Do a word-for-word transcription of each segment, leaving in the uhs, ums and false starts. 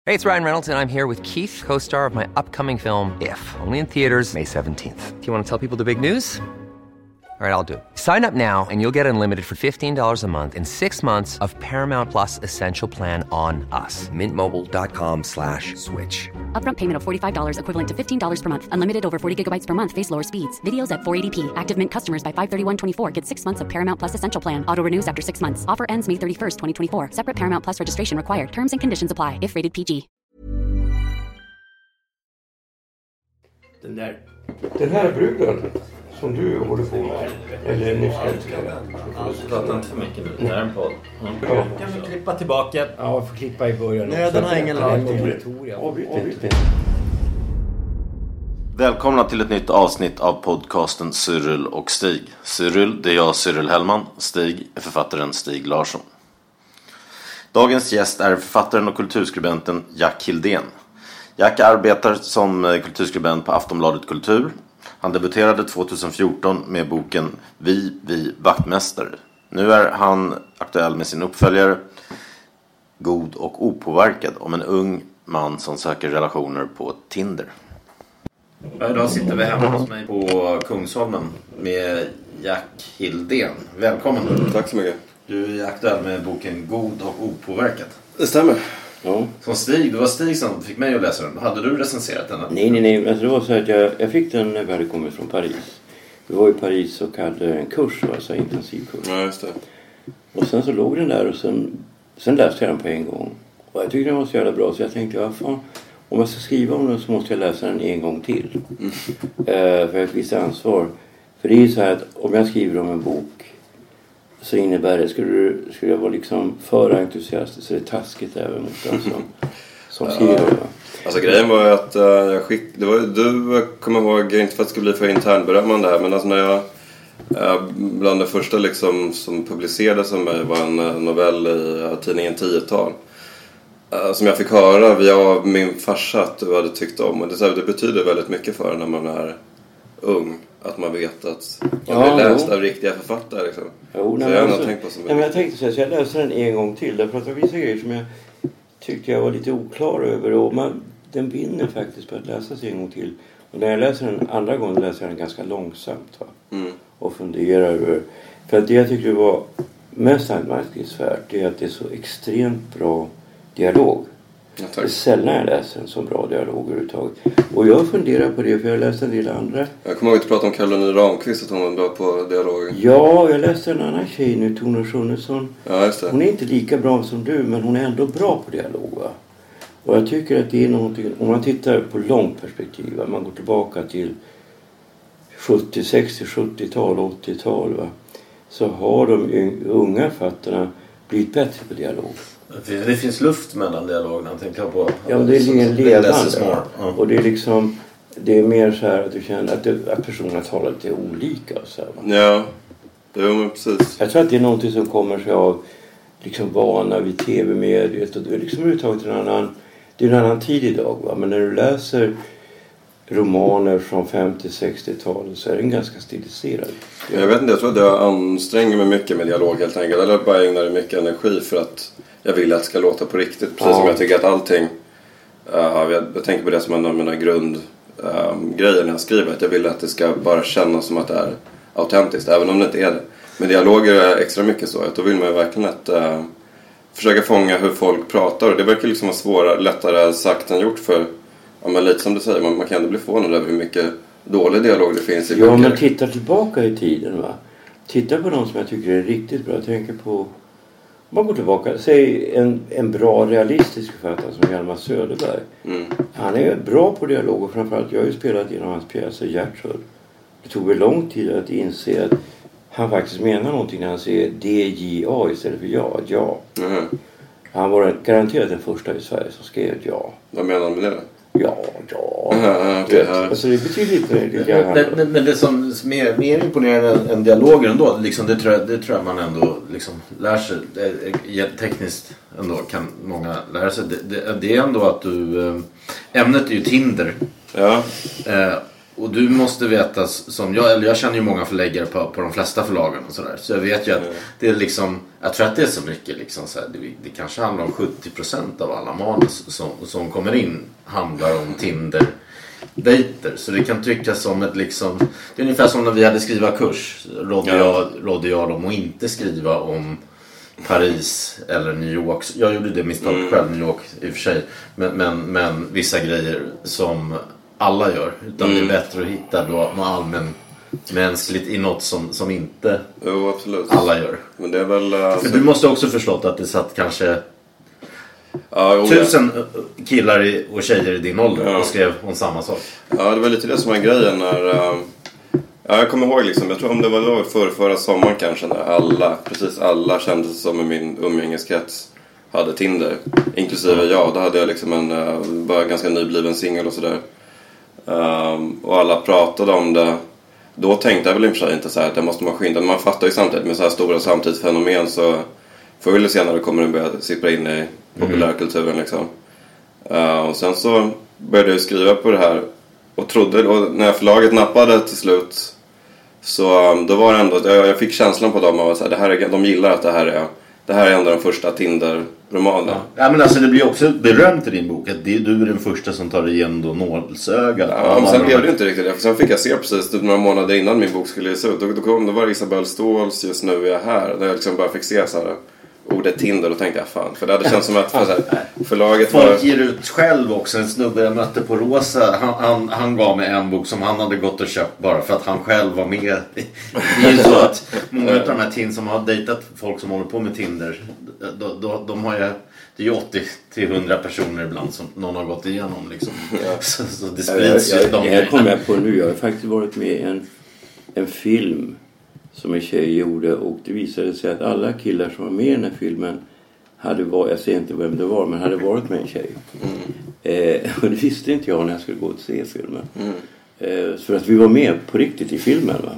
Hey, it's Ryan Reynolds, and I'm here with Keith, co-star of my upcoming film, If, only in theaters May seventeenth. Do you want to tell people the big news? All right, I'll do it. Sign up now and you'll get unlimited for fifteen dollars a month and six months of Paramount Plus Essential Plan on us. Mint Mobile dot com slash switch. Upfront payment of forty-five dollars equivalent to fifteen dollars per month. Unlimited over forty gigabytes per month. Face lower speeds. Videos at four eighty p. Active Mint customers by five thirty-one twenty-four get six months of Paramount Plus Essential Plan. Auto renews after six months. Offer ends May thirty-first, twenty twenty-four. Separate Paramount Plus registration required. Terms and conditions apply if rated P G. Den där. Den här bruden som du håller på med. Eller ni ska inte prata inte för mycket nu. Det här är en podd. Mm. Ja. Kan vi klippa tillbaka? Ja, får klippa i början. Nej, den har ingen lag. Välkomna till ett nytt avsnitt av podcasten Cyril och Stig. Cyril, det är jag, Cyril Hellman. Stig är författaren Stig Larsson. Dagens gäst är författaren och kulturskribenten Jack Hildén. Jack arbetar som kulturskribent på Aftonbladet Kultur. Han debuterade tjugohundrafjorton med boken Vi, vi, vaktmästare. Nu är han aktuell med sin uppföljare God och opåverkad, om en ung man som söker relationer på Tinder. Idag sitter vi hemma hos mig på Kungsholmen med Jack Hildén. Välkommen. Tack så mycket. Du är aktuell med boken God och opåverkad. Det stämmer. Ja. Som Stig, det var Stig som fick mig att läsa den. Hade du recenserat den? Nej, nej, nej. Alltså det var så att jag, jag fick den när vi hade kommit från Paris. Vi var i Paris och hade en kurs, alltså en intensivkurs. Ja, just det. Och sen så låg den där och sen, sen läste jag den på en gång. Och jag tyckte den var så jävla bra så jag tänkte, ja fan, om jag ska skriva om den så måste jag läsa den en gång till. Mm. Uh, för jag har ett visst ansvar. För det är ju så här att om jag skriver om en bok så innebär det, skulle, du, skulle jag vara liksom för entusiastisk så det är taskigt även mot den som, som skriver. Ja. Alltså grejen var ju att uh, jag skick, det var, du kommer ihåg, inte för att det skulle bli för internberömmande här, men alltså när jag uh, bland det första liksom som publicerades om mig var en uh, novell i uh, tidningen tiotal uh, som jag fick höra via min farsa att du hade tyckt om, och det, så här, det betyder väldigt mycket för när man är ung. Att man vet att man ja, blir läst jo. av riktiga författare liksom. Jo, nej, så jag, alltså, tänkt på som nej, men jag tänkte så här, så jag läste den en gång till. Därför att det var vissa grejer som jag tyckte jag var lite oklar över. Och man, den vinner faktiskt på att läsa sig en gång till. Och när jag läser den andra gången läser jag den ganska långsamt. Va? Mm. Och funderar över. För att det jag tyckte var mest anmärkningsvärt är att det är så extremt bra dialog. Ja, det är sällan jag läser en så bra dialog överhuvudtaget. Och jag funderar på det för jag läste en del andra. Jag kommer ihåg att prata om Caroline Ramqvist, att hon var bra på dialogen. Ja, jag läste en annan tjej nu, Tone Schunnesson. Ja, just det. Hon är inte lika bra som du, men hon är ändå bra på dialog, va? Och jag tycker att det är någonting, om man tittar på långt perspektiv, va? Man går tillbaka till sjuttio, sextio, sjuttiotal, åttiotal, va? Så har de unga fattarna blivit bättre på dialog. Det finns luft mellan dialogerna, tänker jag på. Ja, det är mer levande. Ja. Och det är liksom, det är mer så här att du känner att, det, att personerna talar lite olika. Så här, ja, det är men precis. Jag tror att det är någonting som kommer sig av liksom vana vid tv-mediet. Och det är liksom överhuvudtaget en annan, det är en annan tid idag, va? Men när du läser romaner från femtio-sextiotalet så är den ganska stiliserad. Jag vet inte, jag tror att jag anstränger mig mycket med dialog helt enkelt. Eller bara ägnar mycket energi för att jag vill att det ska låta på riktigt. Precis ja. som jag tycker att allting... Uh, jag, jag tänker på det som en av mina grundgrejer um, när jag skriver. Att jag vill att det ska bara kännas som att det är autentiskt. Även om det inte är det. Men dialoger är extra mycket så. Att då vill man ju verkligen att, uh, försöka fånga hur folk pratar. Och det verkar liksom vara svårare, lättare sagt än gjort för... Ja, men lite som du säger. Man, man kan ändå bli förvånad över hur mycket dålig dialog det finns i böcker. Ja, men titta tillbaka i tiden, va. Titta på någon som jag tycker är riktigt bra. Jag tänker på... Man går tillbaka, säg en, en bra realistisk författare som Hjalmar Söderberg. Mm. Han är bra på dialog och framförallt jag har ju spelat genom hans pjäser Gertrud. Det tog väl lång tid att inse att han faktiskt menar någonting när han säger D J A istället för ja, ja. Mm. Han var garanterat den första i Sverige som skrev ja. Vad menar han med det? Ja, ja. Mm, okay, ja. Alltså det betyder inte det. Men, men, men det som mer, mer imponerande än, än dialoger ändå, liksom, det, tror jag, det tror jag man ändå liksom lär sig. Det är, tekniskt ändå kan många lära sig. Det, det, det är ändå att du... Ämnet är ju Tinder. Ja. Eh, och du måste veta som jag, eller jag känner ju många förläggare på, på de flesta förlagen och sådär. Så jag vet ju att mm. det är liksom, jag tror att det är så mycket liksom så här, det, det kanske handlar om sjuttio procent av alla manus som, som kommer in handlar om Tinder dejter. Så det kan tyckas som ett liksom, det är ungefär som när vi hade skriva kurs. Rådde jag, rådde jag dem att inte skriva om Paris eller New York. Jag gjorde det misstag mm. själv, New York i och för sig. Men, men, men vissa grejer som alla gör. Utan mm. det är bättre att hitta då något allmän mänskligt i något som, som inte jo, absolut. Alla gör. Men det är väl, alltså... För du måste också förstått att det satt kanske ja, jo, tusen killar och tjejer i din ålder ja. och skrev om samma sak. Ja, det var lite det som var grejen när... Uh... Ja, jag kommer ihåg liksom, jag tror om det var då för förra sommaren kanske när alla, precis alla kände sig som i min umgängeskrets hade Tinder. Inklusive jag, då hade jag liksom en, uh, var ganska nybliven singel och sådär. Um, och alla pratade om det. Då tänkte jag väl i och för sig inte så här att det måste man skynda. Man fattar ju samtidigt med så här stora samtidsfenomen så förr eller senare kommer den börja sippra in i populärkulturen liksom. Uh, och sen så började jag skriva på det här och trodde, och när förlaget nappade till slut så um, då var det ändå, jag, jag fick känslan på dem av att så här, det här är, de gillar att det här är det här är ändå den första Tinder-romanen. Ja. ja men alltså det blir också berömt i din bok att det, du är den första som tar igen då nålsögat. Ja, men sen blev det inte riktigt det. För sen fick jag se precis typ några månader innan min bok skulle ges ut. Då, då, kom, då var det Isabelle Ståhls Just nu är jag här. Där jag liksom bara fick se så här ordet Tinder och tänkte jag fan. För det hade känts som att för så här, förlaget folk var... ger ut själv också. En snubbe jag mötte på Rosa. Han, han, han gav mig en bok som han hade gått och köpt bara för att han själv var med. Det är ju så att många av de här Tinder som har dejtat folk som håller på med Tinder. De, de, de har ju, det är ju åttio till hundra personer ibland som någon har gått igenom liksom. Ja. Så, så det sprids jag, ju. Jag, jag kommer jag på nu. Jag har faktiskt varit med i en, en film som en tjej gjorde och det visade sig att alla killar som var med i den här filmen hade varit, jag säger inte vem det var, men hade varit med en tjej. Mm. Eh, och det visste inte jag när jag skulle gå och se filmen. Mm. Eh, för att vi var med på riktigt i filmen va.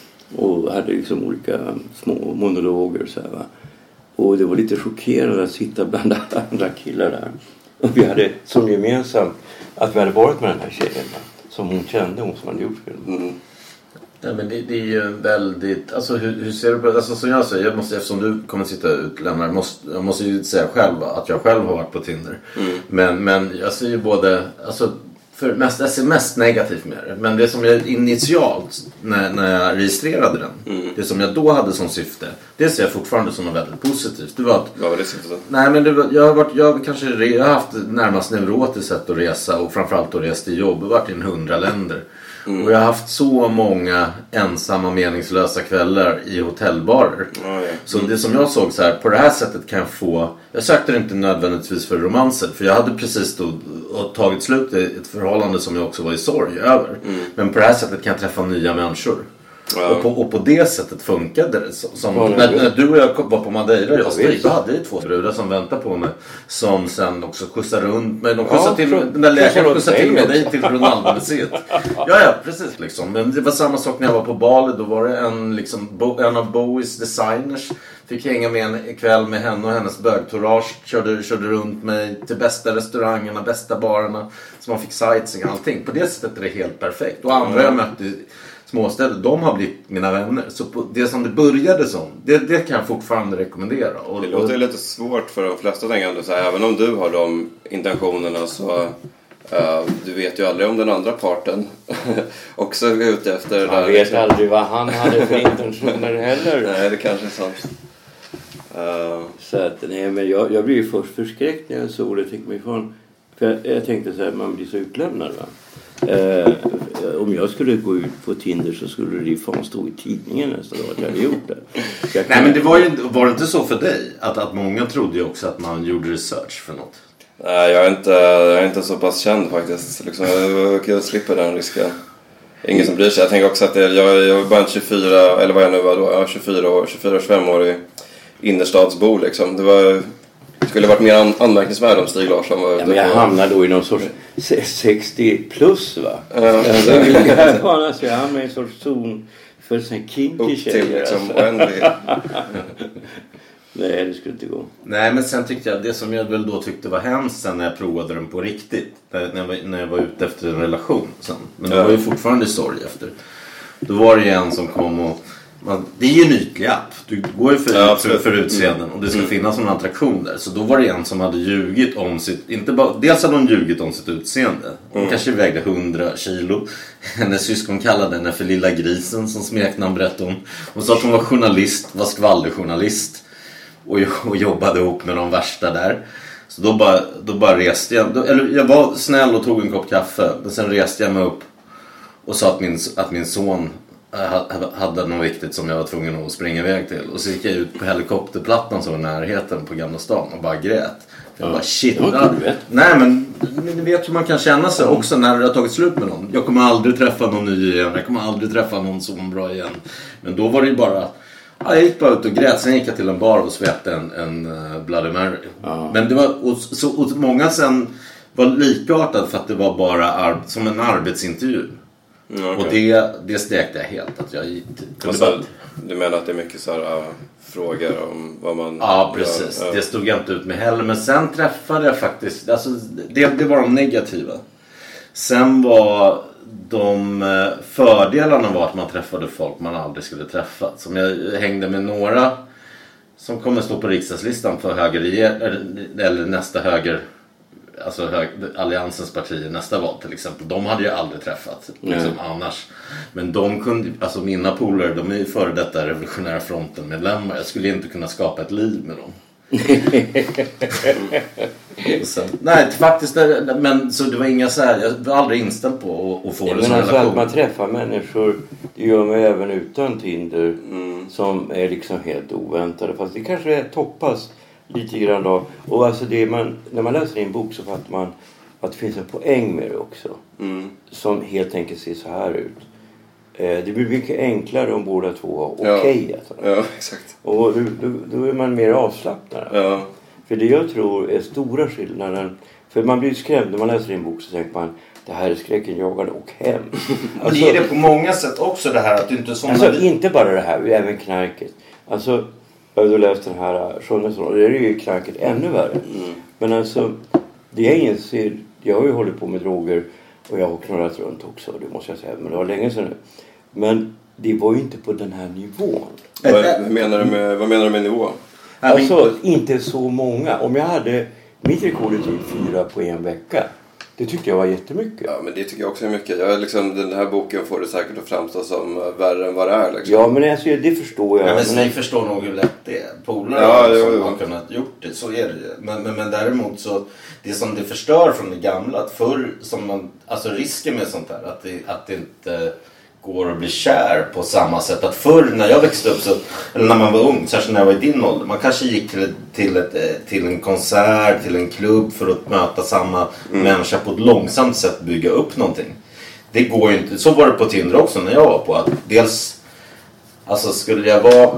Och hade liksom olika små monologer så här, va. Och det var lite chockerande att sitta bland andra killar där. Och vi hade som gemensamt att vi hade varit med den här tjejen va? Som hon kände, hon som hade gjort filmen. Mm. Ja, men det, det är ju väldigt, alltså hur, hur ser du på det? Alltså som jag säger, jag måste, eftersom du kommer sitta utlämnare, måste, jag måste ju säga själv att jag själv har varit på Tinder. Mm. Men, men jag ser ju både, alltså för mest, jag ser mest negativt med det. Men det som jag initialt, när, när jag registrerade den, mm. det som jag då hade som syfte, det ser jag fortfarande som något väldigt positivt. Det var att, vad var det syftet? Nej men det var, jag har varit, jag kanske, jag har haft närmast neurotiskt sätt att resa och framförallt att resa till jobb och varit i en hundra länder. Mm. Och jag har haft så många ensamma meningslösa kvällar i hotellbarer. Mm. Så det som jag såg så här, på det här sättet kan jag få, jag sökte det inte nödvändigtvis för romanser, för jag hade precis då tagit slut i ett förhållande som jag också var i sorg över. Mm. Men på det här sättet kan jag träffa nya människor. Ja. Och, på, och på det sättet funkade det som, ja, när, när du och jag var på Madeira, jag stod, då hade jag två brudar som väntade på mig som sen också skjutsade runt mig. De skjutsade ja, till, den där läkaren skjutsade till med dig till Ronaldo-museet. Ja, ja, precis liksom. Men det var samma sak när jag var på Bali. Då var det en, liksom, en av Bowies designers. Fick hänga med en kväll med henne och hennes bögtourage. Körde, körde runt mig till bästa restaurangerna, bästa barerna. Så man fick sightseeing och allting. På det sättet är det helt perfekt. Och andra jag mötte småstäder, de har blivit mina vänner. Så på det som det började som, det, det kan jag fortfarande rekommendera. Och, det låter och, lite svårt för de flesta tänkande. Så här, även om du har de intentionerna så uh, du vet ju aldrig om den andra parten också är ute efter. Man vet liksom aldrig vad han hade för intentioner heller. Nej, det kanske är sant. Uh. Så att, nej, men jag, jag blev ju först förskräckt när jag såg det. Tänkte mig ifrån, för jag, jag tänkte så här, man blir så utlämnad va. Eh, om jag skulle gå ut på Tinder så skulle det ju fan stå i tidningen nästan att jag hade gjort det. Jag kan... Nej men det var ju var det inte så för dig att, att många trodde ju också att man gjorde research för något? Nej, jag är inte, jag är inte så pass känd faktiskt. Liksom, jag, jag slipper den risken. Ingen som bryr sig. Jag tänker också att det, jag, jag är bara en tjugofyra, eller vad jag nu var då, jag tjugofyra år, tjugofyra tjugofem år i innerstadsbo liksom. Det var... skulle varit mer an- anmärkningsvärd om Stig Larsson var ute. Ja, men jag hamnade då i någon sorts sextio plus va? Ja. Jag, jag, jag hamnade i en sorts zon för sån kinky tjejer. Liksom, alltså. Nej, det skulle inte gå. Nej, men sen tyckte jag, det som jag väl då tyckte var hemskt sen när jag provade den på riktigt. När, när, jag, var, när jag var ute efter en relation sen. Men det var ju fortfarande sorg efter. Då var det ju en som kom och... Man, det är ju en ytlig app. Du går ju för, ja, för, för utseenden och det ska mm. finnas en attraktion där. Så då var det en som hade ljugit om sitt... Inte bara, dels hade hon ljugit om sitt utseende. Hon mm. kanske vägde hundra kilo. Hennes syskon kallade henne för lilla grisen som smeknamn berättade hon. Hon sa att hon var journalist, var skvallerjournalist. Och, och jobbade ihop med de värsta där. Så då bara, då bara reste jag. Då, eller jag var snäll och tog en kopp kaffe. Men sen reste jag mig upp och sa att min, att min son... hade något viktigt som jag var tvungen att springa iväg till. Och så gick jag ut på helikopterplattan som var närheten på Gamla stan och bara grät. För jag bara shit. Ja, nej men du vet hur man kan känna sig också när det har tagit slut med någon. Jag kommer aldrig träffa någon ny igen. Jag kommer aldrig träffa någon som bra igen. Men då var det ju bara... Ja, jag gick bara ut och grät. Sen gick jag till en bar och svepte en, en uh, Bloody Mary. Ja. Men det var... Och, så, och många sen var likartad för att det var bara ar- som en arbetsintervju. Mm, okay. Och det, det stekte jag helt att jag alltså, bara... Du menar att det är mycket så här, uh, frågor om vad man... Ja, precis. Gör, uh. Det stod jag inte ut med heller. Men sen träffade jag faktiskt... Alltså, det, det var de negativa. Sen var de fördelarna var att man träffade folk man aldrig skulle träffa. Som jag hängde med några som kommer stå på riksdagslistan för höger eller nästa höger... Alltså hög, alliansens partier nästa val till exempel. De hade jag aldrig träffat liksom, annars. Men de kunde, alltså mina polare, de är ju före detta revolutionära fronten medlemmar. Jag skulle inte kunna skapa ett liv med dem. sen, nej faktiskt, men så det var inga så här, jag var aldrig inställd på att, att få ja, det som alltså relation. Att man träffar människor, det gör man även utan Tinder mm. som är liksom helt oväntade. Fast det kanske är toppas lite grann då. Och alltså det man, när man läser en bok så fattar man att det finns en poäng med det också. Mm. Som helt enkelt ser så här ut. Eh, det blir mycket enklare om båda två har okej. Okay, ja. Alltså. Ja, exakt. Och då, då, då är man mer avslappnad. Ja. För det jag tror är stora skillnaden. För man blir skrämd när man läser en bok så tänker man det här är skräcken jagande och hem. Alltså, det är det på många sätt också det här att du inte som alltså vi... inte bara det här, även knarket. Alltså jag har läst den här Sjönnesson, det är ju knarket ännu värre. Mm. Men alltså, det jag inser, jag har ju hållit på med droger och jag har knallat runt också, det måste jag säga, men det var länge sedan nu. Men det var ju inte på den här nivån. Vad menar du med, vad menar du med nivå? Alltså, inte så många. Om jag hade, mitt rekord är typ fyra på en vecka. Det tyckte jag var jättemycket. Ja, men det tycker jag också är mycket. Jag, liksom, den här boken får det säkert att framstå som uh, värre än vad det är. Liksom. Ja, men alltså, det förstår jag. Ja, men ni förstår nog hur lätt det är. Polare ja, som jo, jo. har kunnat gjort det, så är det ju. Men, men, men däremot så, det som det förstör från det gamla, att förr, som man, alltså risken med sånt här, att det, att det inte går att bli kär på samma sätt. Att förr när jag växte upp, så, eller när man var ung, särskilt när jag var i din ålder, man kanske gick till, till, ett, till en konsert, till en klubb för att möta samma mm. människa på ett långsamt sätt, bygga upp någonting. Det går ju inte. Så var det på Tinder också när jag var på. Att dels, alltså skulle jag vara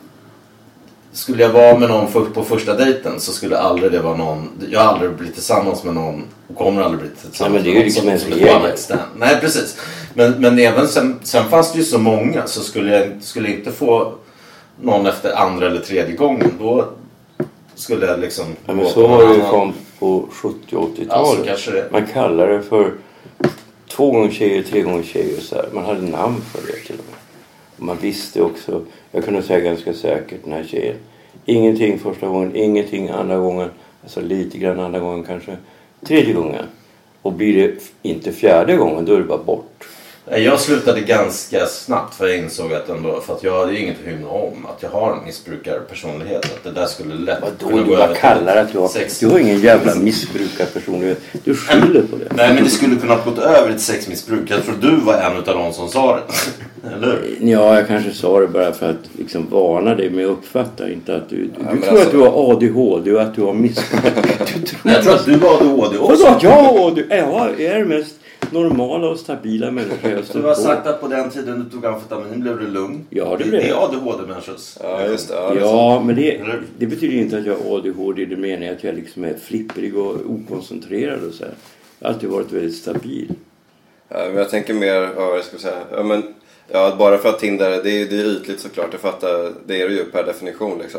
skulle jag vara med någon för, på första dejten, så skulle aldrig det vara någon, jag har aldrig blivit tillsammans med någon och kommer aldrig bli tillsammans. Nej, men det är ju liksom en som Nej, precis. Men, men även sen, sen fanns det ju så många, så skulle jag skulle inte få någon efter andra eller tredje gången, då skulle jag liksom... Ja, men så var det ju kom på sjuttio- och åttiotalet. Alltså, man kallar det för två gånger tjejer, tre gånger tjejer. Så här. Man hade namn för det till och med. Och man visste också, jag kunde säga ganska säkert den här tjejen. Ingenting första gången, ingenting andra gången. Alltså lite grann andra gången kanske. Tredje gången. Och blir det inte fjärde gången, då är det bara bort. Jag slutade ganska snabbt, för jag insåg att ändå, för att jag hade inget att hymna om att jag har en missbrukarpersonlighet, att det där skulle lätt Vadå, kunna gå över till kallar att jag, sex. Du har ingen jävla missbrukarpersonlighet. Du skyller på det. Nej, men det skulle kunna gå över ett sexmissbruk. Jag tror du var en av de som sa det. Eller? Ja, jag kanske sa det bara för att liksom varna dig, men jag uppfattar inte att du... Du, ja, du tror alltså... att du har A D H D och att du har missbruk. Du jag tror att du har A D H D också. Vadå, jag har A D H D? Ja, jag är mest normala och stabila människor. Du har sagt att på den tiden du tog amfetamin blev du lugn. Ja, det blev det. Det är A D H D-människors. Ja, just det. Ja, ja, men det, det betyder inte att jag har A D H D. Det menar jag att jag liksom är flipprig och okoncentrerad och så här. Jag har alltid varit väldigt stabil. Ja, men jag tänker mer, vad jag ska säga. Ja, men ja, bara för att Tinder, det är, det är ytligt såklart. Jag fattar, det är det ju per definition liksom.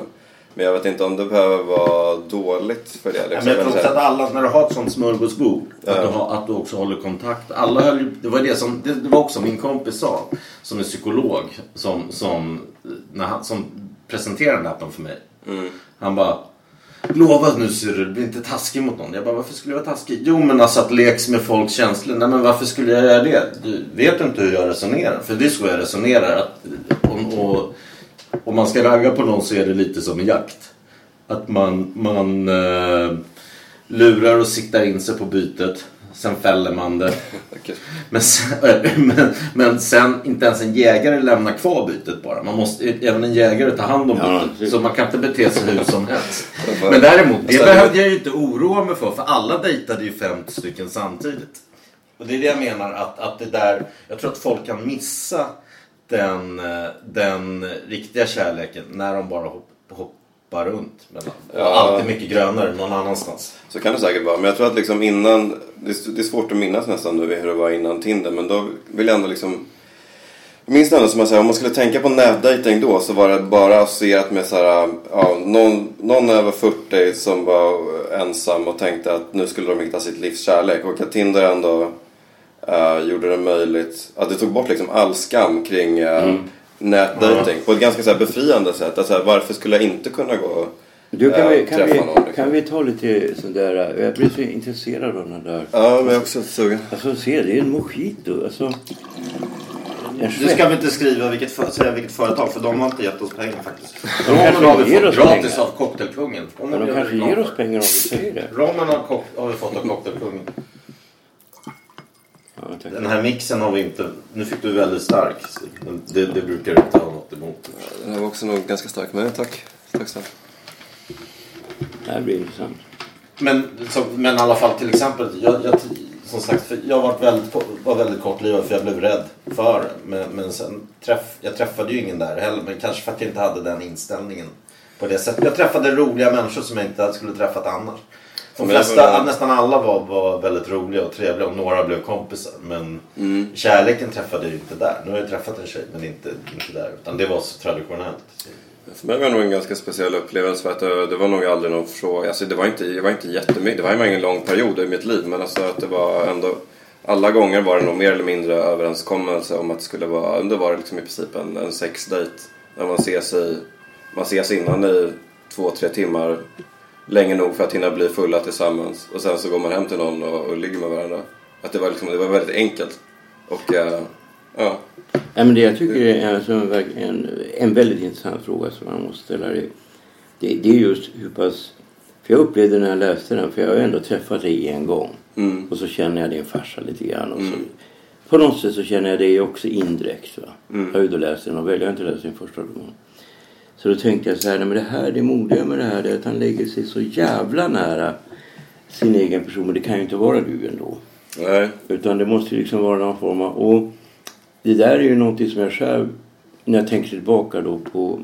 Men jag vet inte om det behöver vara dåligt för det. Liksom. Ja, men jag tror också att alla, när du har ett sånt smörgåsbord, ja. att, du har, att du också håller kontakt. Alla höll, det var det som, det, det var också min kompis sa, som är psykolog, som, som, när han, som presenterade den appen för mig. Mm. Han bara, lova nu Cyril, bli inte taskig mot någon. Jag bara, varför skulle jag vara taskig? Jo, men alltså att leks med folks känslor. Nej, men varför skulle jag göra det? Du vet inte hur jag resonerar. För det är så jag resonerar. Att, och, och, om man ska ragga på någon så är det lite som en jakt. Att man, man uh, lurar och siktar in sig på bytet. Sen fäller man det. Men sen, men, men sen inte ens en jägare lämnar kvar bytet bara. Man måste, även en jägare ta hand om bytet. Ja, så man kan inte bete sig hur som helst. Men däremot, det behövde jag ju inte oroa mig för. För alla dejtade ju fem stycken samtidigt. Och det är det jag menar. Att, att det där, jag tror att folk kan missa den, den riktiga kärleken när de bara hoppar hopp, runt. Ja. Alltid mycket grönare någon annanstans. Så kan det säkert vara. Men jag tror att liksom innan, det är, det är svårt att minnas nästan nu hur det var innan Tinder. Men då vill jag ändå liksom, jag minns ändå som jag säger, om man skulle tänka på nätdating då, så var det bara associerat med så här, ja, någon, någon över fyrtio som var ensam och tänkte att nu skulle de hitta sitt livs kärlek. Och att Tinder ändå uh, gjorde det möjligt, att det tog bort liksom all skam kring uh, mm. nätdating ja. På ett ganska så här befriande sätt. Alltså, varför skulle jag inte kunna gå du, kan, äh, vi, kan, vi, någon, liksom. Kan vi ta lite sån där, jag blir så intresserad av den där. Ja, men jag är också sugen. Alltså se, det är en mojito. Alltså, du ska väl inte skriva vilket, för, säga vilket företag, för de har inte gett oss pengar faktiskt. De har vi fått gratis av Cocktailkungen. De, de kanske ger oss pengar om vi säger det. Ramen har, har vi fått av Cocktailkungen. Ja, den här mixen har vi inte. Nu fick du väldigt stark. Det, det brukar inte ha något emot. Ja, den här var också nog ganska stark. Men tack. Tack så. Det här blir intressant. Men, så, men i alla fall till exempel. Jag, jag, som sagt, för jag var väldigt, var väldigt kortlivad för jag blev rädd för det. Men, men sen träff, jag träffade ju ingen där heller. Men kanske för att jag inte hade den inställningen på det sättet. Jag träffade roliga människor som jag inte skulle träffat annars. De flesta, var... nästan alla var, var väldigt roliga och trevliga och några blev kompisar. Men mm. kärleken träffade ju inte där. Nu har jag träffat en tjej men inte, inte där. Utan det var så traditionellt. För mig var det nog en ganska speciell upplevelse. För att det, det var nog aldrig någon fråga. Alltså det var inte, det var inte jättemycket. Det var ingen lång period i mitt liv. Men alltså att det var ändå... Alla gånger var det nog mer eller mindre överenskommelse om att det skulle vara... Det var liksom i princip en, en sexdate. Där man ses, i, man ses innan i två, tre timmar... Länge nog för att hinna bli fulla tillsammans. Och sen så går man hem till någon och, och ligger med varandra. Att det var, liksom, det var väldigt enkelt. Och uh, ja. Ja, men det jag tycker är alltså en, en väldigt intressant fråga som man måste ställa. Det, det, det är just hur pass... För jag upplevde när jag läste den. För jag har ju ändå träffat dig en gång. Mm. Och så känner jag din farsa lite grann. Och så, mm. På något sätt så känner jag dig också indirekt. Va? Mm. Jag har ju då läst den och jag har inte läst den första roman. Så då tänkte jag så här, nej, men det här, det modiga med det här är att han lägger sig så jävla nära sin egen person. Men det kan ju inte vara du ändå. Nej. Utan det måste ju liksom vara någon form av... Och det där är ju någonting som jag själv, när jag tänker tillbaka då på,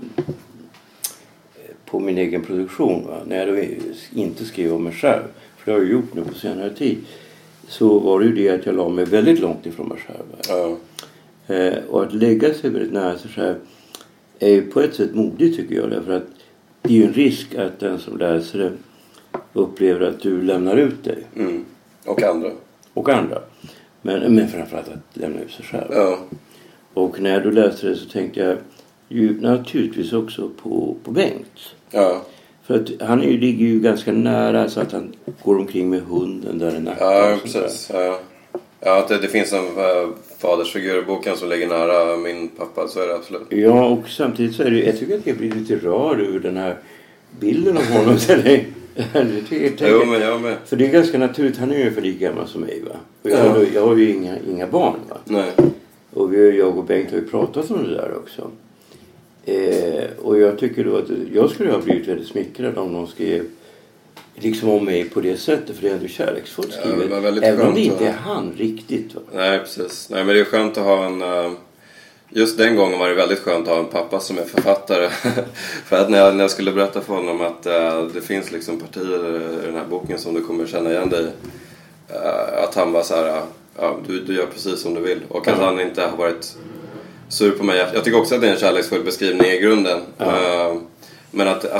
på min egen produktion. Va? När jag då inte skrev om mig själv. För det har jag gjort nu på senare tid. Så var det ju det att jag la mig väldigt långt ifrån mig själv. Ja. Eh, och att lägga sig väldigt nära sig själv är ju på ett sätt modigt tycker jag. Därför att det är ju en risk att den som läser det upplever att du lämnar ut dig. Mm. Och andra. Och andra. Men, men framförallt att lämna ut sig själv. Ja. Och när du läste det så tänkte jag ju naturligtvis också på, på Bengt. Ja. För att han är ju, ligger ju ganska nära så att han går omkring med hunden där i nacken. Ja, precis. Ja. Ja, det, det finns en äh, fadersfigur i boken som ligger nära min pappa, så är det absolut. Ja, och samtidigt så är det, jag tycker att jag blir lite rar ur den här bilden av honom. Jo, men jag med. För det är ganska naturligt, han är ju för lika gammal som mig, va? Och jag, ja. jag har ju inga, inga barn, va? Nej. Och vi, jag och Bengt har ju pratat om det där också. Eh, och jag tycker då att jag skulle ha blivit väldigt smickrad om någon skrev liksom om mig på det sättet, för det är ändå kärleksfullt skrivet. Ja, även om det inte är han riktigt, va? Nej, precis. Nej, men det är skönt att ha en... Uh... Just den gången var det väldigt skönt att ha en pappa som är författare. För att när jag, när jag skulle berätta för honom att uh, det finns liksom partier i den här boken som du kommer känna igen dig. Uh, att han var så här, uh, du, du gör precis som du vill. Och att mm. han inte har varit sur på mig. Jag tycker också att det är en kärleksfull beskrivning i grunden. Mm. Uh, men att, att, för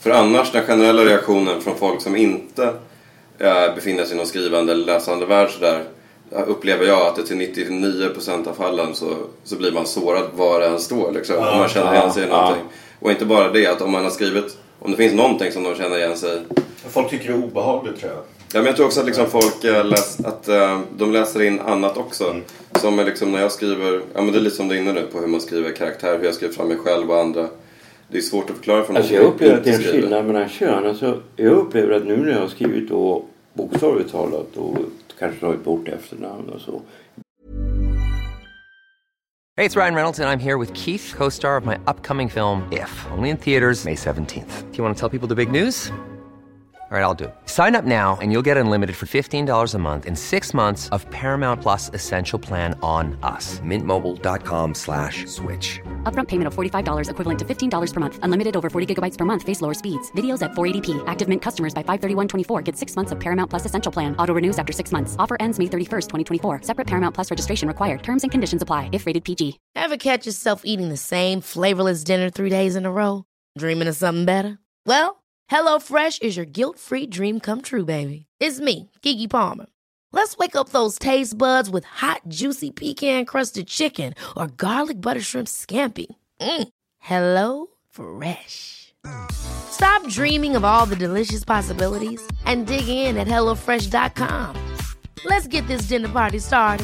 För annars den generella reaktionen från folk som inte äh, befinner sig i någon skrivande eller läsande värld så där, upplever jag att det till nittionio procent av fallen så, så blir man sårad var det än står liksom, ja, om man känner igen sig i någonting. Ja. Och inte bara det, att om man har skrivit, om det finns någonting som de känner igen sig. Folk tycker det är obehagligt, tror jag. Ja, men jag tror också att liksom folk äh, läs, att äh, de läser in annat också. Mm. Som är liksom när jag skriver, ja men det är lite som du är inne nu på hur man skriver karaktär, hur jag skriver fram mig själv och andra. Det är svårt att förklara för någon. Alltså jag upplever att det är en skillnad mellan kön. Alltså jag upplever att nu när jag har skrivit då bokstavligt talat och kanske tagit bort efternamn och så. Hey, it's Ryan Reynolds, and I'm here with Keith, co-star of my upcoming film, If, only in theaters May seventeenth. Do you want to tell people the big news? All right, I'll do it. Sign up now and you'll get unlimited for fifteen dollars a month and six months of Paramount Plus Essential Plan on us. Mint Mobile dot com slash switch. Upfront payment of forty-five dollars equivalent to fifteen dollars per month. Unlimited over forty gigabytes per month. Face lower speeds. Videos at four eighty p. Active Mint customers by five thirty-one twenty-four get six months of Paramount Plus Essential Plan. Auto renews after six months. Offer ends May thirty-first, twenty twenty-four. Separate Paramount Plus registration required. Terms and conditions apply if rated P G. Ever catch yourself eating the same flavorless dinner three days in a row? Dreaming of something better? Well, HelloFresh is your guilt-free dream come true, baby. It's me, Keke Palmer. Let's wake up those taste buds with hot, juicy pecan-crusted chicken or garlic butter shrimp scampi. Mm. Hello Fresh. Stop dreaming of all the delicious possibilities and dig in at hello fresh dot com. Let's get this dinner party started.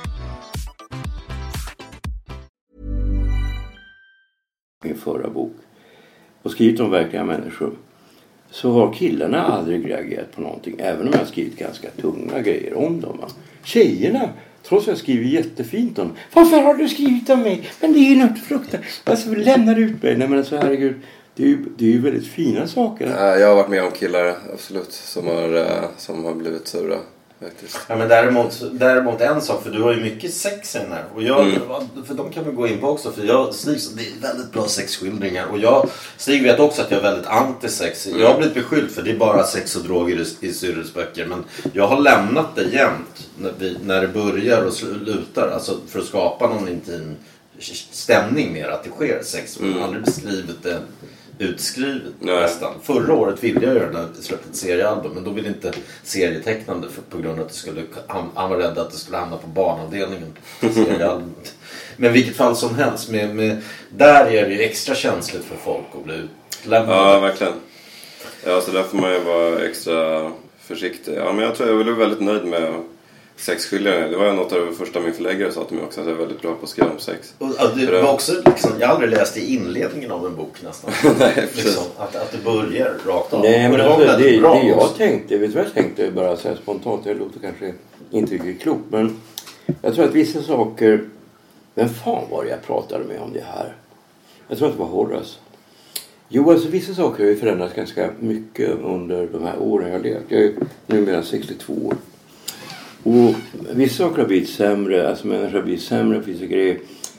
Min förra bok och skrivit om verkliga människor, så har killarna aldrig reagerat på någonting, även om jag har skrivit ganska tunga grejer om dem. Tjejerna, trots att jag skriver jättefint om dem, varför har du skrivit om mig? Men det är ju något fruktansvärt. Alltså, lämnar ut mig. Nej, men alltså, herregud, det är ju, det är ju väldigt fina saker. Jag har varit med om killar, absolut, som har, som har blivit sura. Faktiskt. Ja, men däremot, däremot en sak, för du har ju mycket sex i den här. Och jag, mm. för de kan vi gå in på också, för jag, Stig, det är väldigt bra sexskildringar. Och jag, Stig vet också att jag är väldigt anti-sex. Mm. Jag har blivit beskylld för det är bara sex och droger i, i Cyrils böcker. Men jag har lämnat det jämt när, vi, när det börjar och slutar. Alltså för att skapa någon intim stämning mer att det sker sex. Men jag har aldrig beskrivit det utskrivet nästan. Förra året ville jag göra det, släppte ett seriealbum, men då ville inte serietecknande för, på grund av att det skulle, han, han var rädd att det skulle hamna på barnavdelningen seriealbumet. Men vilket fall som helst med, med, där är det ju extra känsligt för folk att bli utlämnade. Ja, verkligen. Ja, så där får man ju vara extra försiktig. Ja, men jag tror jag blev väldigt nöjd med sexskildringar. Det var något av det första min förläggare sa till mig också, att jag är väldigt bra på att skriva om sex. Och, och det var också liksom, jag har aldrig läst i inledningen av en bok nästan. Nej, liksom, att, att det börjar rakt av. Nej, men det, alltså, det, det jag också. tänkte, vet du vad jag tänkte bara så här spontant, det låter kanske inte riktigt klokt, men jag tror att vissa saker, vem fan var det jag pratade med om det här? Jag tror att det var Horace. Jo, alltså vissa saker har ju förändrats ganska mycket under de här åren jag har levt. Jag är numera sextiotvå år. Och vissa saker har blivit sämre, alltså människor har blivit sämre, vissa grejer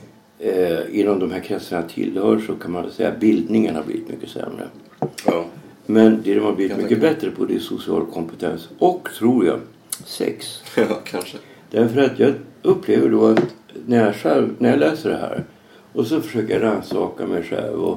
eh, inom de här kretsarna tillhör, så kan man säga att bildningen har blivit mycket sämre. Ja. Men det de har blivit mycket bättre på, det är social kompetens och, tror jag, sex. Ja, kanske. Därför att jag upplever då att när jag, själv, när jag läser det här och så försöker jag rannsaka mig själv och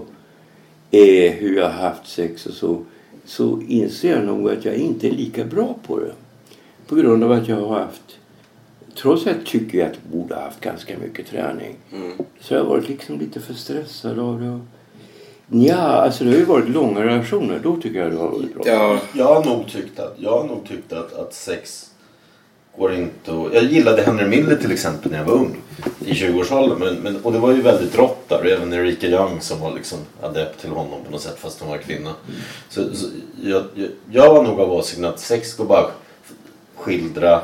eh, hur jag har haft sex och så, så inser jag nog att jag inte är lika bra på det. På grund av att jag har haft, trots att jag tycker att jag borde ha haft ganska mycket träning, mm. så jag har varit liksom lite för stressad av det. Ja, alltså det har ju varit långa relationer, då tycker jag det har varit bra. Ja, jag har nog tyckt att, jag har nog tyckt att, att sex går inte att... Jag gillade Henry Miller till exempel när jag var ung, i tjugoårsåldern, men, men, och det var ju väldigt rått där, och även Erika Young som var liksom adept till honom på något sätt, fast hon var kvinna. Mm. Så, så jag, jag, jag var nog av åsikten att sex går bara skildra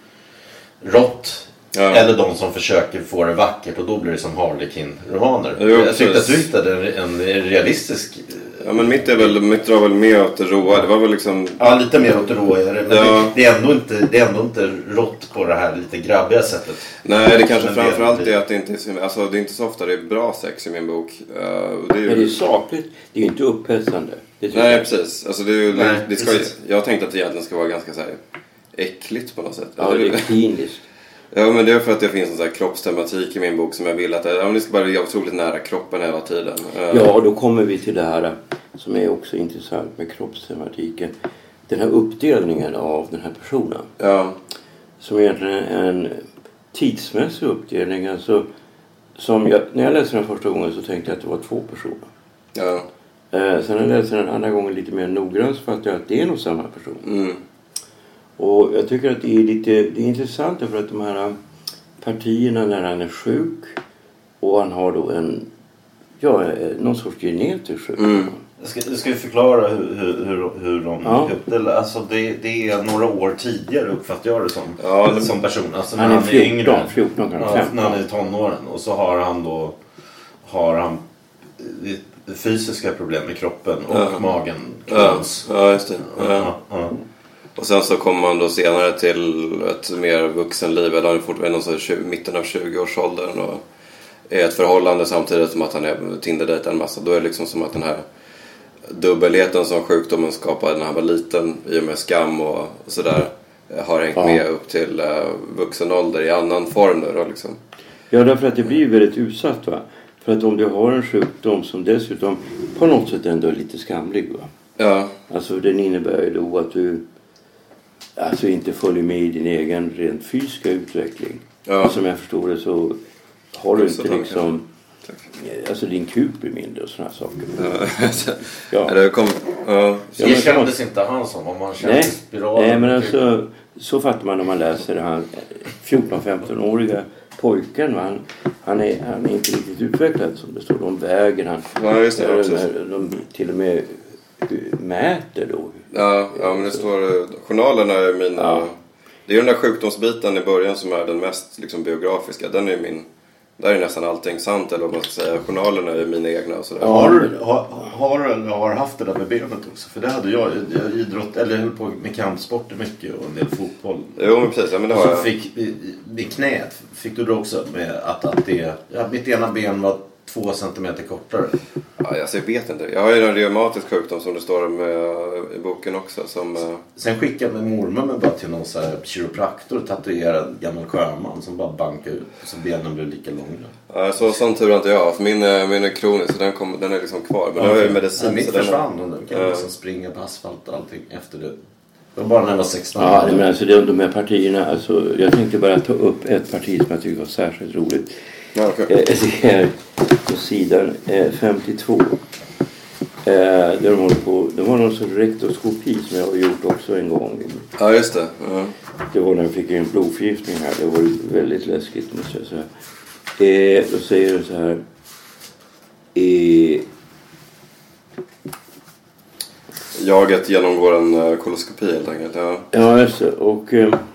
rått, ja. Eller de som försöker få det vackert, och då blir det som Harlequin-romaner. Jo, jag tyckte att du hittade en, en realistisk... Ja, men mitt är väl, mitt drar väl mer åt det råa. Det var väl liksom... Ja, lite mer åt det råa är det. Men ja. det, det, är ändå inte, det är ändå inte rått på det här lite grabbiga sättet. Nej, det kanske framförallt är att det inte är, alltså, det är inte så ofta det är bra sex i min bok. Uh, det är ju... Men det är sakligt, det är ju inte upphetsande. Nej, jag. precis. Alltså, det är ju, Nej, det ska, jag tänkte att det egentligen ska vara ganska så här äckligt på något sätt. Ja, det är kliniskt. Ja, men det är för att det finns en sån här kroppstematik i min bok som jag vill att ja, det ska bara vara otroligt nära kroppen hela tiden. Ja, och då kommer vi till det här som är också intressant med kroppstematiken. Den här uppdelningen av den här personen. Ja. Som egentligen är en tidsmässig uppdelning. Alltså, som jag, när jag läste den första gången så tänkte jag att det var två personer. Ja. Eh, sen när jag läste den andra gången lite mer noggrant så fattade jag att det är nog samma person. Mm. Och jag tycker att det är lite det är intressant för att de här partierna när han är sjuk och han har då en ja, någon sorts genetisk sjukdom. Mm. Jag ska, jag ska förklara hur, hur, hur, hur de ja. uppdelar. Alltså det, det är några år tidigare uppfattar jag det som, ja, det... som person. Alltså han när är han är fjorton, yngre. fjorton, ja, när han är i tonåren. Och så har han då har han fysiska problem med kroppen och ja. magen. Ja. ja, just det. Ja. Ja, ja. Och sen så kommer man då senare till ett mer vuxenliv. Eller han är fortfarande i mitten av tjugo-årsåldern och är ett förhållande samtidigt som att han är Tinder-dejtar en massa. Då är det liksom som att den här dubbelheten som sjukdomen skapade när han var liten i och med skam och, och sådär har hängt ja. med upp till uh, vuxen ålder i annan form nu då liksom. Ja, därför att det blir väldigt utsatt va. För att om du har en sjukdom som dessutom på något sätt ändå är lite skamlig va. Ja. Alltså den innebär ju då att du alltså inte följer med i din egen rent fysiska utveckling. Ja. Och som jag förstår det så har du inte liksom alltså din kuk blir mindre och såna här saker. Ja. ja. Det kom, ja. Det kändes inte han som om man kände spiralen. Nej, men alltså så fattar man när man läser han fjorton-femton-åriga pojken. Han, han, är, han är inte riktigt utvecklad som det står. De väger han. Ja, just det. De, de, de till och med mäter då. Ja, ja men det står journalerna är mina... Ja. Det är den där sjukdomsbiten i början som är den mest liksom, biografiska. Den är min... Där är nästan allting sant eller vad man ska säga. Journalerna är mina egna och sådär. Ja, har du har, har, eller har haft det där med benet också? För det hade jag, jag idrott, eller höll på med kampsporter mycket och en del fotboll. Jo men precis, ja, men det har jag. Fick, i, i knät fick du det också med att, att det, ja, mitt ena ben var två centimeter kortare. Ja, alltså, jag vet inte. Jag har ju en reumatisk sjukdom som det står med i boken också. Som, Sen skickade min mormor mig bara till någon så här kiropraktor och tatuerade en gammal sjöman som bara bankade ut. Så benen blev lika långa. Ja, så sån tur inte jag. För min, min är kronisk så den, kom, den är liksom kvar. Men ja, det är ju medicin. Ja, mitt försvann och nu kan jag liksom springa på asfalt och allting efter det. Det var bara när jag var sexton. Ja, men alltså de, de här partierna. Alltså, jag tänkte bara ta upp ett parti som jag tycker var särskilt roligt. Ja, okay. Det är på sidan femtiotvå. Där de håller på. De har någon sorts rektoskopi som jag har gjort också en gång. Ja, just det. Ja. Det var när jag fick en blodförgiftning här. Det var väldigt läskigt måste jag säga. Då säger de så här. Eh, Jaget genomgår en koloskopi helt enkelt. Ja, ja just det. Och...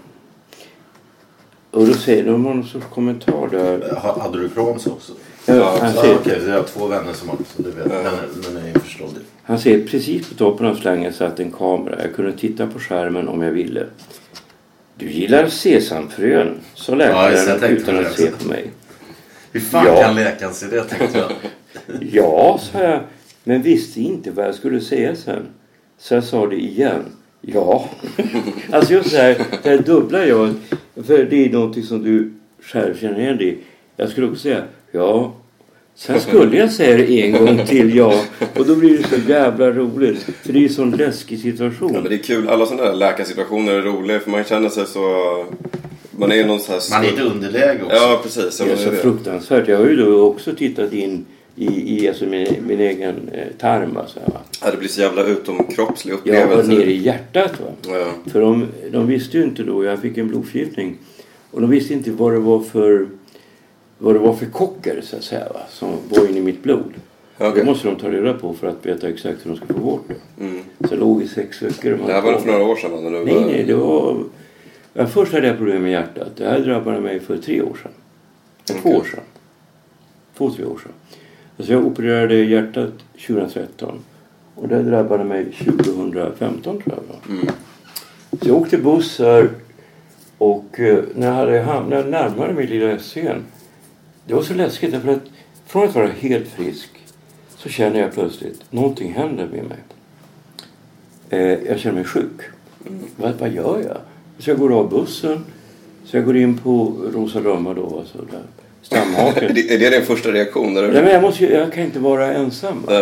Och då säger de någon sorts kommentar där. Hade du Crohns också? Ja, ja han så, säger, okej, okay, jag har två vänner som har så du vet. Ja. Men, men är införstådd. Han säger precis på toppen av slangen satt en kamera. Jag kunde titta på skärmen om jag ville. Du gillar sesamfrön, så läkaren ja, utan att se på mig. Hur fan ja. kan läkaren se det, tänkte jag. Ja, sa jag. Men visste inte vad jag skulle säga sen. Så jag sa det igen. Ja. Alltså just det här, det här dubbla jag. För det är någonting som du själv känner igen dig. Jag skulle också säga ja. Sen skulle jag säga det en gång till ja. Och då blir det så jävla roligt. För det är ju en sån läskig situation. Ja, men det är kul. Alla sådana där läkarsituationer är roliga. För man känner sig så... Man är någon så här... Man är i underläge också. Ja, precis. Det är så fruktansvärt. Jag har ju då också tittat in i, i alltså min, min egen eh, tarm. Alltså, va? Ja, det blir så jävla utomkroppslig upplevelse. Ja, och ner i hjärtat. Va? Ja. För de, de visste ju inte då. Jag fick en blodförgiftning. Och de visste inte vad det var för... Vad det var för kocker så att säga, va? Som var inne i mitt blod. Okay. Det måste de ta reda på för att veta exakt hur de ska få bort det. Mm. Så jag låg i sex veckor. Det här var det för några år sedan? Eller nej, var... nej. Det var... Ja, först hade jag problem med hjärtat. Det här drabbade mig för tre år sedan. Okay. Två år sedan. Två, tre år sedan. Alltså jag opererade hjärtat tjugohundratretton. Och det drabbade mig tjugohundrafemton tror jag. Mm. Så jag åkte bussar. Och när jag, hade hamnat, när jag närmade mig lilla Essingen. Det var så läskigt därför att från att vara helt frisk så känner jag plötsligt någonting händer med mig. Eh, jag känner mig sjuk. Mm. Vad, vad gör jag? Så jag går av bussen. Så jag går in på Rosa Römmar då. Alltså där, Stamhaken. är det din första reaktion? Där Nej, men jag, måste, jag kan inte vara ensam. Äh. För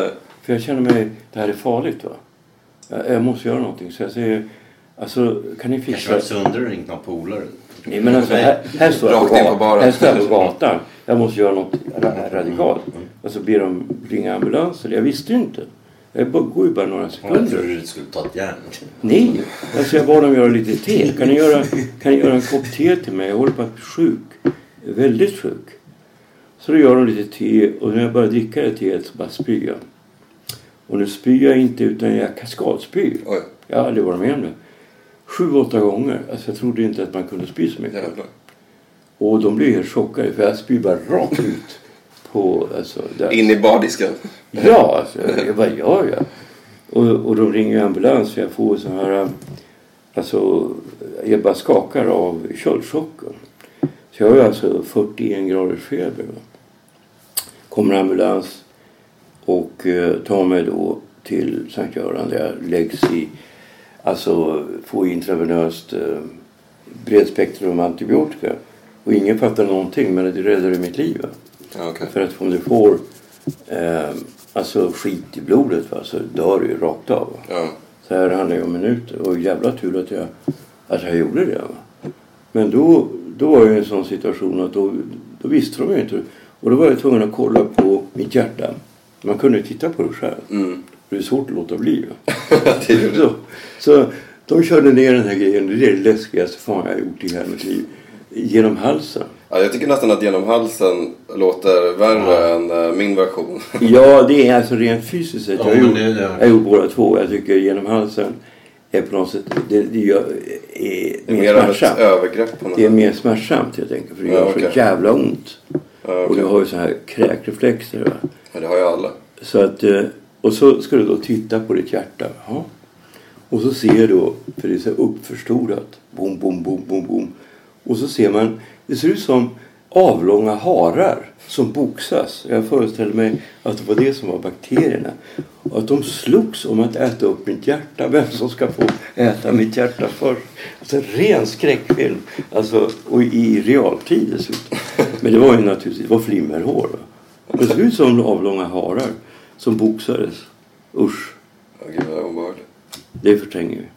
För jag känner mig, det här är farligt va. Jag, jag måste göra någonting. Så jag säger, alltså kan ni fixa... Kanske var sönder och ringt någon polare. Nej men alltså här, här står jag på, på, här står jag på gatan. Jag måste göra något radikalt. Och så ber de ringa ambulansen. Jag visste inte. Jag går ju bara några sekunder. Jag trodde du skulle ta ett järn. Nej, alltså jag bad dem göra lite te. Kan ni göra, kan ni göra en kopp te till mig? Jag håller på att bli sjuk. Jag är väldigt sjuk. Så då gör de lite te. Och när jag börjar dricka det teet så bara spyr jag. Och nu spyr jag inte utan jag kaskadspyr. Oj. Jag har aldrig varit med om det. Sju, åtta gånger. Alltså jag trodde inte att man kunde spy så mycket. Jävlar. Och de blev helt chockade. För jag spyr bara rakt ut. På, alltså, där. In i badiskan. Ja, alltså, jag, vad gör jag? Och, och de ringer ambulans för jag får så här, alltså jag bara skakar av köldchocken. Så jag har alltså fyrtioen graders feber. Kommer ambulans och eh, tar mig då till Sankt Göran där jag läggs i, alltså får intravenöst eh, bredspektrum antibiotika. Och ingen fattar någonting men det räddade mitt liv. Ja, okay. För att om du får eh, alltså skit i blodet va, så dör du ju rakt av. Ja. Så här handlar det om minuter. Och jävla tur att jag, att jag gjorde det. Va? Men då, då var jag i en sån situation att då, då visste de ju inte. Och då var jag tvungen att kolla på mitt hjärta. Man kunde titta på det själv. Mm. Det är svårt att låta bli. det så, så de körde ner den här grejen. Det är det läskigaste fan jag har gjort i hela mitt liv. Genom halsen. Ja, jag tycker nästan att genom halsen låter värre ja. än uh, min version. Ja, det är alltså rent fysiskt. Jag har ja, gjort, det, det. jag gjort båda två. Jag tycker genom halsen är på något sätt det, det gör, är det är mer, mer smärtsamt. Av ett övergrepp på något det är mer smärtsamt helt enkelt. För det gör ja, okay. så jävla ont. Ja, okay. Och du har ju så här kräkreflexer. Va? Ja, det har ju alla. Så att, och så ska du då titta på ditt hjärta. Ja. Och så ser du, för det är så uppförstorat. Boom, boom, boom, boom, boom. Och så ser man, det ser ut som avlånga harar som boxas. Jag föreställer mig att det var det som var bakterierna. Och att de slogs om att äta upp mitt hjärta. Vem som ska få äta mitt hjärta först. Alltså en ren skräckfilm. Alltså, och i realtid dessutom. Men det var ju naturligtvis, det var flimmerhår. Va? Det ser ut som avlånga harar som boxades. Usch. Ja, gud vad obehagligt. Det förtränger vi.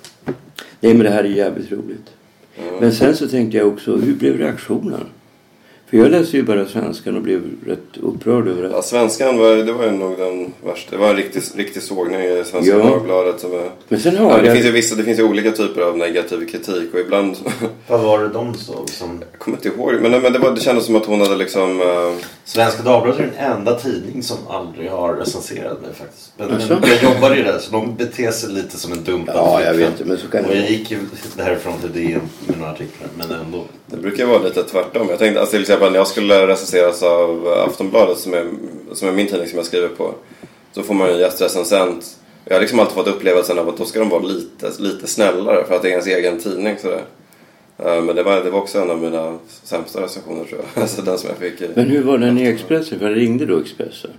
Nej, men det här är jävligt roligt. Mm. Men sen så tänkte jag också, hur blev reaktionen? För jag läste ju bara svenskan och blev rätt upprörd över det. Ja, svenskan var, det var ju nog den värsta. Det var en riktig, riktig sågning i Svenska ja. Dagbladet. Som är, men sen har ja, jag... det, finns ju vissa, det finns ju olika typer av negativ kritik och ibland... Vad var det de så som... Jag kommer inte ihåg, men, men det, var, det kändes som att hon hade liksom... Uh... Svenska Dagbladet är den enda tidning som aldrig har recenserat mig faktiskt. Men, men jag jobbar i det så de beter sig lite som en dumpad. Ja, jag vet inte, men så kan och jag gick ju därifrån till D N med några artiklar, men ändå. Det brukar vara lite tvärtom. Jag tänkte, alltså till exempel när jag skulle recenseras av Aftonbladet som är, som är min tidning som jag skriver på, så får man ju en gästrecensent. Jag har liksom alltid fått upplevelsen av att då ska de vara lite, lite snällare för att det är ens egen tidning sådär. Men det var, det var också en av mina sämsta recensioner tror jag. Alltså den som jag fick i... Men hur var den i Expressen? För jag ringde då Expressen.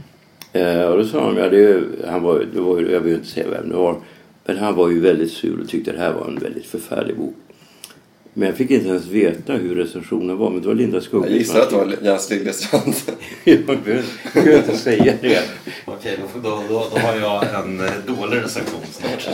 Eh, och då sa de, ja, det, han var, det var, jag vill inte säga vem det var. Men han var ju väldigt sur och tyckte att det här var en väldigt förfärlig bok. Men jag fick inte ens veta hur recensionen var. Men det var Linda Skugge. Jag gissar att det var Jens Liljestrand. Jag behöver inte säga det. Okej, då, då, då, då har jag en dålig recension snart.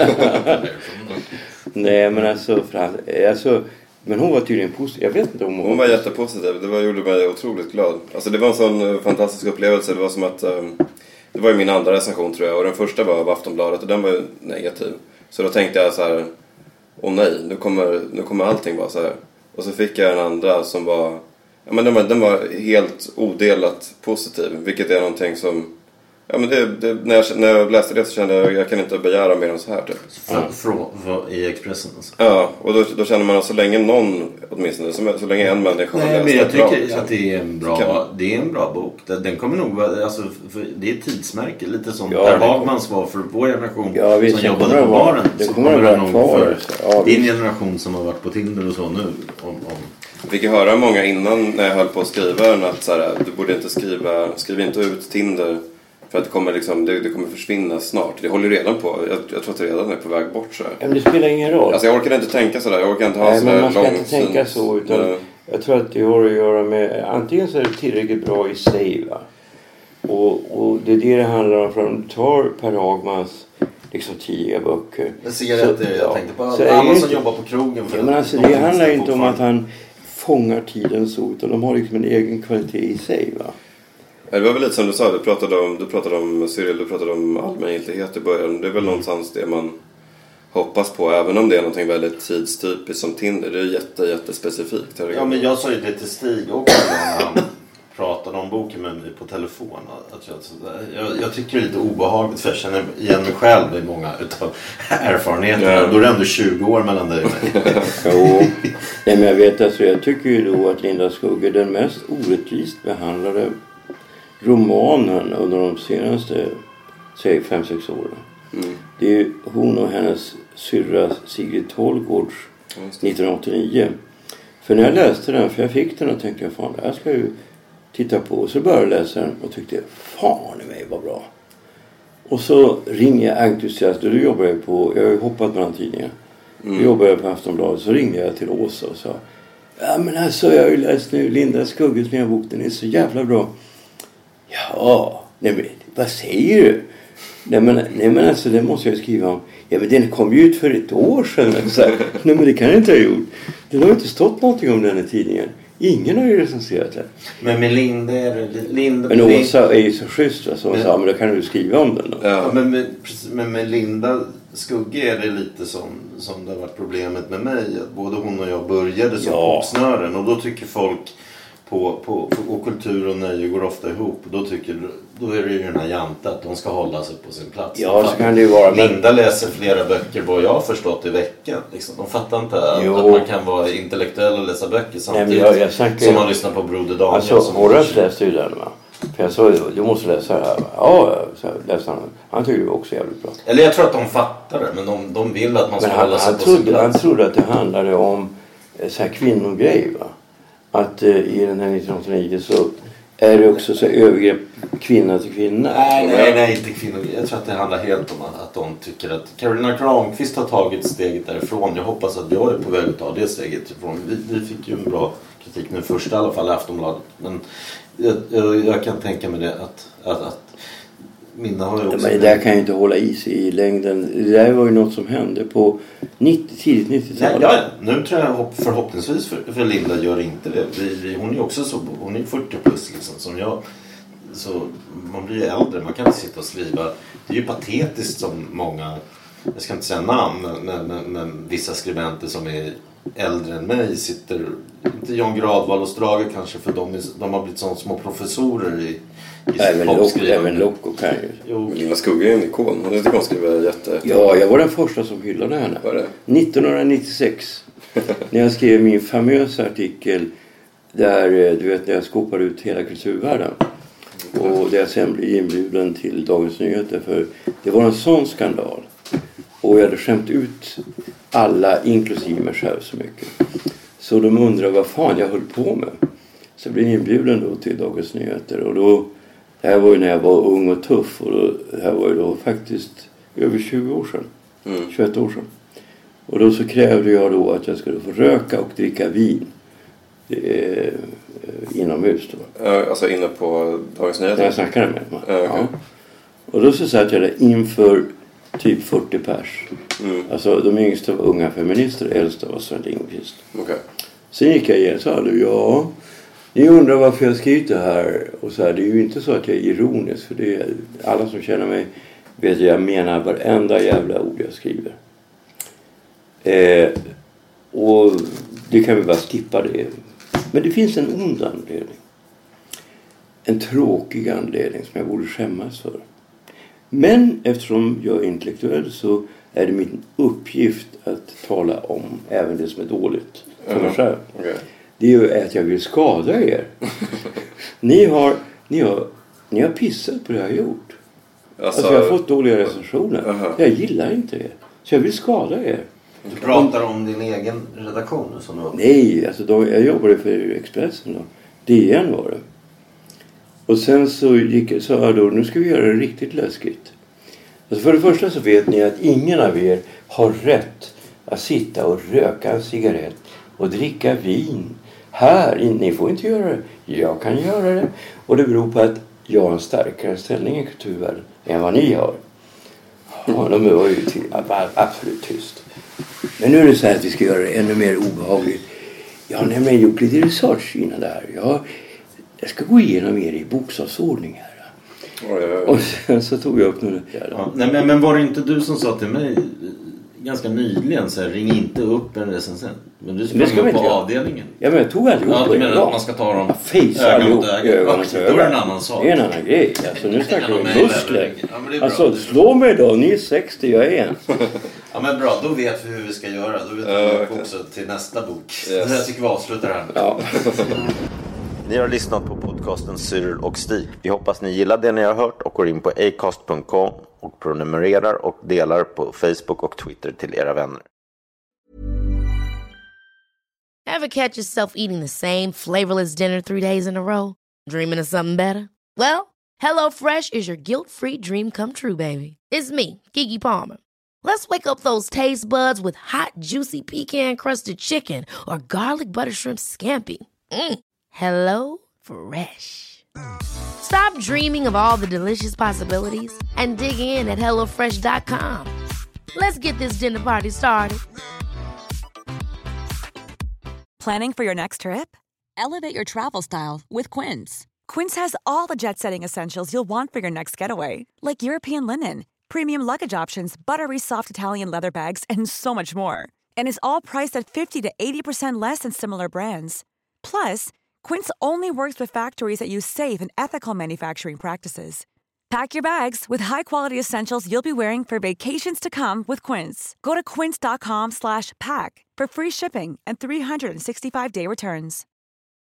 Nej, men alltså, alltså... Men hon var tydligen positiv. Jag vet inte om hon... Hon var jättepositiv. Det var, gjorde mig otroligt glad. Alltså det var en sån fantastisk upplevelse. Det var som att... Um, det var ju min andra recension tror jag. Och den första var av Aftonbladet. Och den var ju negativ. Så då tänkte jag så här... Åh nej, nu kommer, nu kommer allting vara så här. Och så fick jag en andra som var... Ja men den var, den var helt odelat positiv. Vilket är någonting som... Ja men det, det, när, jag, när jag läste det så kände jag att jag kan inte begära mer än så här typ. Från, från, i Expressen alltså. Ja, och då, då känner man att så länge någon, åtminstone så, så länge en människa Nej, men jag tycker bra, liksom, att det är en bra, kan... det är en bra bok. Den kommer nog vara, alltså, för det är ett tidsmärke. Lite som ja, Per Hagmans var för vår generation ja, visst, som jobbade på baren. Det kommer att vara kvar. Ja, din generation som har varit på Tinder och så nu. Om, om. Jag fick ju höra många innan när jag höll på att skriva den att så här, du borde inte skriva, skriv inte ut Tinder. För att det kommer, liksom, det, det kommer försvinna snart. Det håller redan på. Jag, jag tror att det redan är på väg bort. Så här. Men det spelar ingen roll. Alltså jag orkar inte tänka sådär. Jag orkar inte ha Nej, sådär men man ska lång inte tänka syns. så. Utan jag tror att det har att göra med... Antingen så är det tillräckligt bra i sig. Va? Och, och det är det det handlar om. För de tar Per Hagmans liksom tidiga böcker. Men cigaretter, så, jag ja. tänkte på alla, så alla inte, som jobbar på krogen. För ja, men alltså, de det handlar inte om att fortfarande. han fångar tiden så, utan de har liksom en egen kvalitet i sig, va? Det var väl lite som du sa, du pratade om, du pratade om Cyril, du pratade om allmängiltighet i början. Det är väl någonstans det man hoppas på, även om det är någonting väldigt tidstypiskt som Tinder. Det är jätte, jättespecifikt. Ja, men jag sa ju det till Stig också när han pratade om boken med mig på telefon. Att jag, jag, jag tycker det är lite obehagligt, för jag känner igen mig själv i många utav erfarenheterna. Ja. Då är det ändå tjugo år mellan dig och mig. Jo, nej, men jag vet alltså, jag tycker ju då att Linda Skugge är den mest orättvist behandlade romanen under de senaste, säg, fem sex åren. Mm. Det är ju hon och hennes syrra Sigrid Tolgårds nittonhundraåttionio. För när jag läste den, för jag fick den och tänkte jag, fan, det här ska jag ju titta på. Och så började jag läsa den och tyckte, fan i mig vad bra. Och så ringer jag entusiast, och då jobbar jag på, jag har ju hoppat mellan tidningar. Mm. Då jobbar jag på Aftonbladet, så ringde jag till Åsa och sa, ja men alltså jag har ju läst nu Linda Skugges nya bok, den är så jävla bra. Ja, nej men vad säger du? Nej men, nej men alltså det måste jag skriva om. Ja men den kom ju ut för ett år sedan. Så här, nej men det kan jag inte ha gjort. Det har inte stått någonting om den i tidningen. Ingen har ju recenserat den. Men med Linda är det... Linda, men Åsa är ju så schysst. Så hon sa, men då kan du skriva om den då. Ja, men med, men med Linda Skugge är det lite som, som det har varit problemet med mig. Att både hon och jag började som ja. popsnören. Och då tycker folk... På, på, och kultur och nöje går ofta ihop. Och då, tycker, då är det ju den här janta att de ska hålla sig på sin plats. Ja, så kan det ju vara. Linda läser flera böcker vad jag har förstått i veckan. Liksom. De fattar inte att, att man kan vara intellektuell och läsa böcker samtidigt. Nej, jag, jag snackar, som man lyssnar på Broder Daniel. Alltså, Horace läste ju den, va? För jag sa, du måste läsa det här. Va? Ja, så läste han. Han tyckte det var också jävligt bra. Eller jag tror att de fattar det, men de, de vill att man ska men han, hålla sig han på trodde, sin plats. Han trodde att det handlade om så här kvinnogrej, va? Att eh, i den här nittonhundraåttionio så är det också så övergrepp kvinna till kvinna. Nej, nej, nej, inte kvinnor. Jag tror att det handlar helt om att de tycker att Carolina Granqvist har tagit steget därifrån. Jag hoppas att jag är på väg att ta det steget ifrån. Vi, vi fick ju en bra kritik nu först i alla fall i Aftonbladet. Men jag, jag, jag kan tänka mig det att, att, att mina har ju också... Men det där kan ju inte hålla i sig i längden. Det där var ju något som hände på nittio, tidigt nittiotalet. Ja, ja, nu tror jag förhoppningsvis för, för Linda gör inte det. Vi, vi, hon är också så, hon är fyrtio plus liksom som jag. Så man blir ju äldre, man kan inte sitta och skriva. Det är ju patetiskt som många, jag ska inte säga namn, men, men, men vissa skribenter som är äldre än mig sitter, inte Jan Gradvall och Strage kanske, för de, är, de har blivit sådana små professorer i Även Loco, även Loco kan ju. Jo. Linda Skugge är en ikon. Hon är inte konstigt jätte... Ja, jag var den första som hyllade henne. Var det? nittonhundranittiosex. När jag skrev min famösa artikel där, du vet, när jag skopade ut hela kulturvärlden. Och där jag sen blev inbjuden till Dagens Nyheter, för det var en sån skandal. Och jag hade skämt ut alla, inklusive mig själv, så mycket. Så de undrade vad fan jag höll på med. Så jag blev inbjuden då till Dagens Nyheter. Och då, det här var ju när jag var ung och tuff. Och då, det här var ju då faktiskt över tjugo år sedan. Mm. tjugoett år sedan. Och då så krävde jag då att jag skulle få röka och dricka vin. Det är, eh, inomhus då. Uh, alltså inne på Dagens Nyheter? Jag snackade med mig. Uh, okay. Ja. Och då så satt jag där inför typ fyrtio pers. Mm. Alltså de yngsta var unga feminister, de äldsta var Sven Lindqvist. Okay. Sen gick jag igen och sa, ja, ni undrar varför jag skrivit det här. Och så här, det är ju inte så att jag är ironisk, för det är, alla som känner mig vet att jag menar varenda jävla ord jag skriver. Eh, och det kan vi bara skippa det. Men det finns en ond anledning. En tråkig anledning som jag borde skämmas för. Men eftersom jag är intellektuell så är det min uppgift att tala om även det som är dåligt för mig själv. Okay. Det är ju att jag vill skada er. ni, har, ni, har, ni har pissat på det jag har gjort. Alltså, alltså jag har fått dåliga recensioner. Uh-huh. Jag gillar inte det. Så jag vill skada er. Du pratar om din egen redaktion? Som du... Nej, alltså då, jag jobbade för Expressen då. D N var det. Och sen så gick, sa jag då, nu ska vi göra det riktigt läskigt. Alltså för det första så vet ni att ingen av er har rätt att sitta och röka en cigarett och dricka vin. Här, ni får inte göra det. Jag kan göra det. Och det beror på att jag har en starkare ställning i kulturvärlden än vad ni har. Ja, de var ju till, absolut tyst. Men nu är det så här att vi ska göra det ännu mer obehagligt. Jag har nämligen gjort lite research innan det här. Jag, jag ska gå igenom er i bokstavsordning här. Oj, oj, oj. Och sen så tog jag upp några... Ja, nej, men, men var det inte du som sa till mig ganska nyligen så här, ring inte upp en recensent? Men du sprang upp på göra. avdelningen. Ja, men jag tog allihop. Ja, du menar att man ska ta dem ögon mot ögon. Då är det en annan sak. Det är en annan grej. Alltså, nu snackar vi om muskler. Ja, alltså, slå mig då. Ni är sextio, jag är en. Ja, men bra. Då vet vi hur vi ska göra. Då vet vi uh, okay. också till nästa bok. Yes. Jag tycker vi avslutar här. Ja. Ni har lyssnat på podcasten Cyril och Stig. Vi hoppas ni gillar det ni har hört och går in på acast punkt com och prenumererar och delar på Facebook och Twitter till era vänner. Ever catch yourself eating the same flavorless dinner three days in a row? Dreaming of something better? Well, HelloFresh is your guilt-free dream come true, baby. It's me, Keke Palmer. Let's wake up those taste buds with hot, juicy pecan-crusted chicken or garlic butter shrimp scampi. Mm. Hello Fresh. Stop dreaming of all the delicious possibilities and dig in at hello fresh dot com. Let's get this dinner party started. Planning for your next trip? Elevate your travel style with Quince. Quince has all the jet-setting essentials you'll want for your next getaway, like European linen, premium luggage options, buttery soft Italian leather bags, and so much more. And is all priced at fifty to eighty percent less than similar brands. Plus, Quince only works with factories that use safe and ethical manufacturing practices. Pack your bags with high-quality essentials you'll be wearing for vacations to come with Quince. Go to quince dot com slash pack for free shipping and three sixty-five day returns.